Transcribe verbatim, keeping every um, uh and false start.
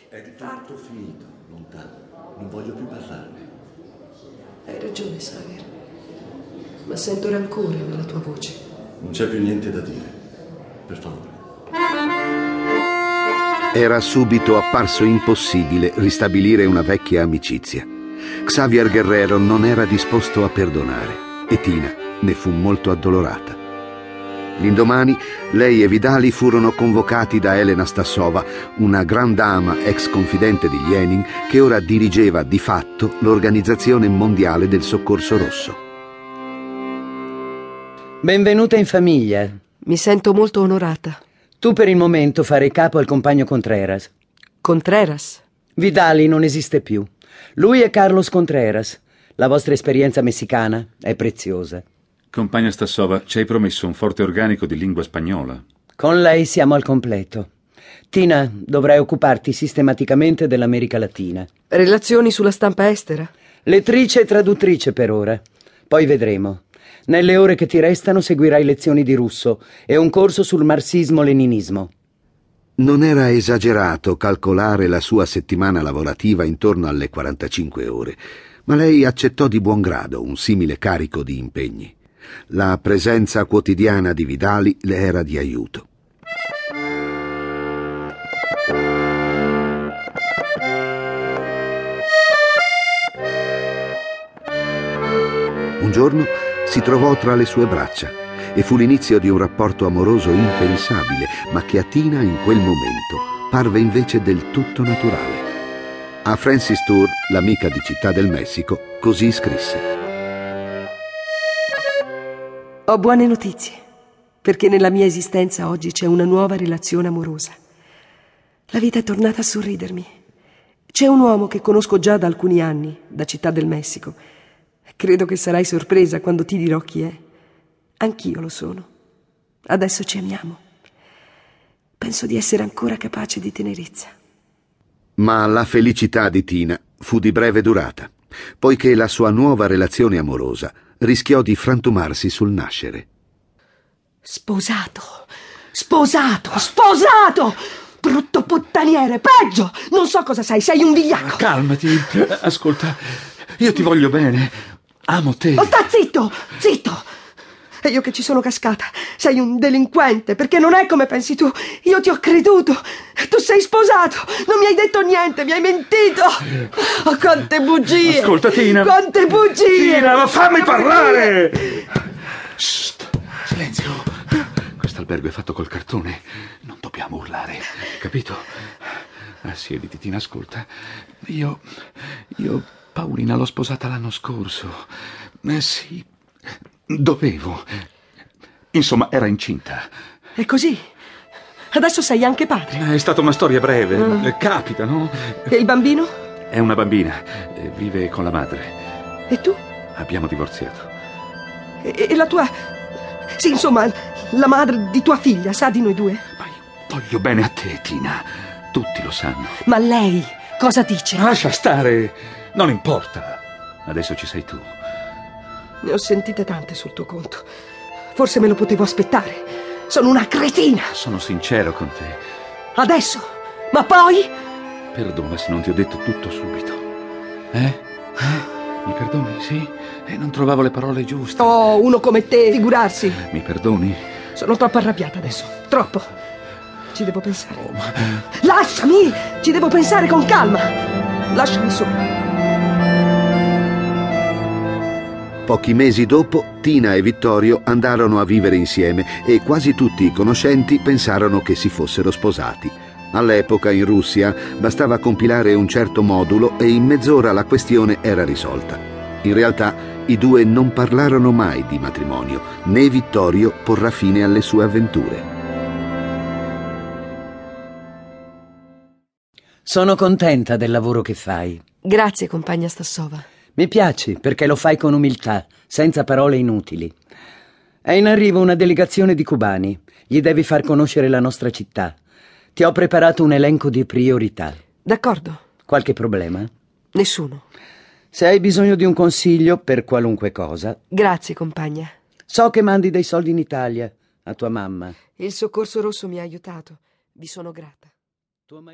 È tutto finito, lontano. Non voglio più parlarne. Hai ragione, Xavier. Ma sento rancore nella tua voce. Non c'è più niente da dire. Per favore. Era subito apparso impossibile ristabilire una vecchia amicizia. Xavier Guerrero non era disposto a perdonare e Tina ne fu molto addolorata. L'indomani lei e Vidali furono convocati da Elena Stassova, una gran dama ex confidente di Lenin che ora dirigeva di fatto l'Organizzazione Mondiale del Soccorso Rosso. Benvenuta in famiglia. Mi sento molto onorata. Tu per il momento farai capo al compagno Contreras. Contreras? Vidali non esiste più. Lui è Carlos Contreras. La vostra esperienza messicana è preziosa. Compagna Stassova, ci hai promesso un forte organico di lingua spagnola. Con lei siamo al completo. Tina, dovrai occuparti sistematicamente dell'America Latina. Relazioni sulla stampa estera? Lettrice e traduttrice per ora. Poi vedremo. Nelle ore che ti restano seguirai lezioni di russo e un corso sul marxismo-leninismo. Non era esagerato calcolare la sua settimana lavorativa intorno alle quarantacinque ore, ma lei accettò di buon grado un simile carico di impegni. La presenza quotidiana di Vidali le era di aiuto. Un giorno si trovò tra le sue braccia e fu l'inizio di un rapporto amoroso impensabile, ma che a Tina in quel momento parve invece del tutto naturale. A Francis Tour, l'amica di Città del Messico, così scrisse: Ho buone notizie, perché nella mia esistenza oggi c'è una nuova relazione amorosa. La vita è tornata a sorridermi. C'è un uomo che conosco già da alcuni anni, da Città del Messico. Credo che sarai sorpresa quando ti dirò chi è. Anch'io lo sono. Adesso ci amiamo. Penso di essere ancora capace di tenerezza. Ma la felicità di Tina fu di breve durata, poiché la sua nuova relazione amorosa rischiò di frantumarsi sul nascere. Sposato! Sposato! Sposato! Brutto puttaniere, peggio! Non so cosa sei, sei un vigliacco! Calmati, ascolta, io ti voglio bene. Amo te. Oh, sta zitto, zitto. E io che ci sono cascata. Sei un delinquente, perché non è come pensi tu. Io ti ho creduto. Tu sei sposato. Non mi hai detto niente, mi hai mentito. Oh, quante bugie. Ascolta, Tina. Quante bugie. Tina, ma fammi parlare. Shh, silenzio. Questo albergo è fatto col cartone. Non dobbiamo urlare, capito? Ah, siediti, Tina, ascolta. Io... Io... Paolina l'ho sposata l'anno scorso. Eh sì, dovevo. Insomma, era incinta. E così? Adesso sei anche padre? È stata una storia breve. Mm. Capita, no? E il bambino? È una bambina. Vive con la madre. E tu? Abbiamo divorziato. E, e la tua... Sì, insomma, la madre di tua figlia sa di noi due? Ma io voglio bene a te, Tina. Tutti lo sanno. Ma lei cosa dice? Lascia stare. Non importa. Adesso ci sei tu. Ne ho sentite tante sul tuo conto. Forse me lo potevo aspettare. Sono una cretina. Sono sincero con te. Adesso? Ma poi? Perdona se non ti ho detto tutto subito. Eh? Eh? Mi perdoni, sì? Eh, non trovavo le parole giuste. Oh, uno come te, figurarsi. Mi perdoni? Sono troppo arrabbiata adesso. Troppo. Ci devo pensare. Oh, ma... Lasciami! Ci devo pensare con calma. Lasciami solo. Pochi mesi dopo, Tina e Vittorio andarono a vivere insieme e quasi tutti i conoscenti pensarono che si fossero sposati. All'epoca, in Russia, bastava compilare un certo modulo e in mezz'ora la questione era risolta. In realtà, i due non parlarono mai di matrimonio, né Vittorio porrà fine alle sue avventure. Sono contenta del lavoro che fai. Grazie, compagna Stassova. Mi piaci perché lo fai con umiltà, senza parole inutili. È in arrivo una delegazione di cubani. Gli devi far conoscere la nostra città. Ti ho preparato un elenco di priorità. D'accordo. Qualche problema? Nessuno. Se hai bisogno di un consiglio per qualunque cosa... Grazie, compagna. So che mandi dei soldi in Italia a tua mamma. Il Soccorso Rosso mi ha aiutato. Vi sono grata. Tuo marito...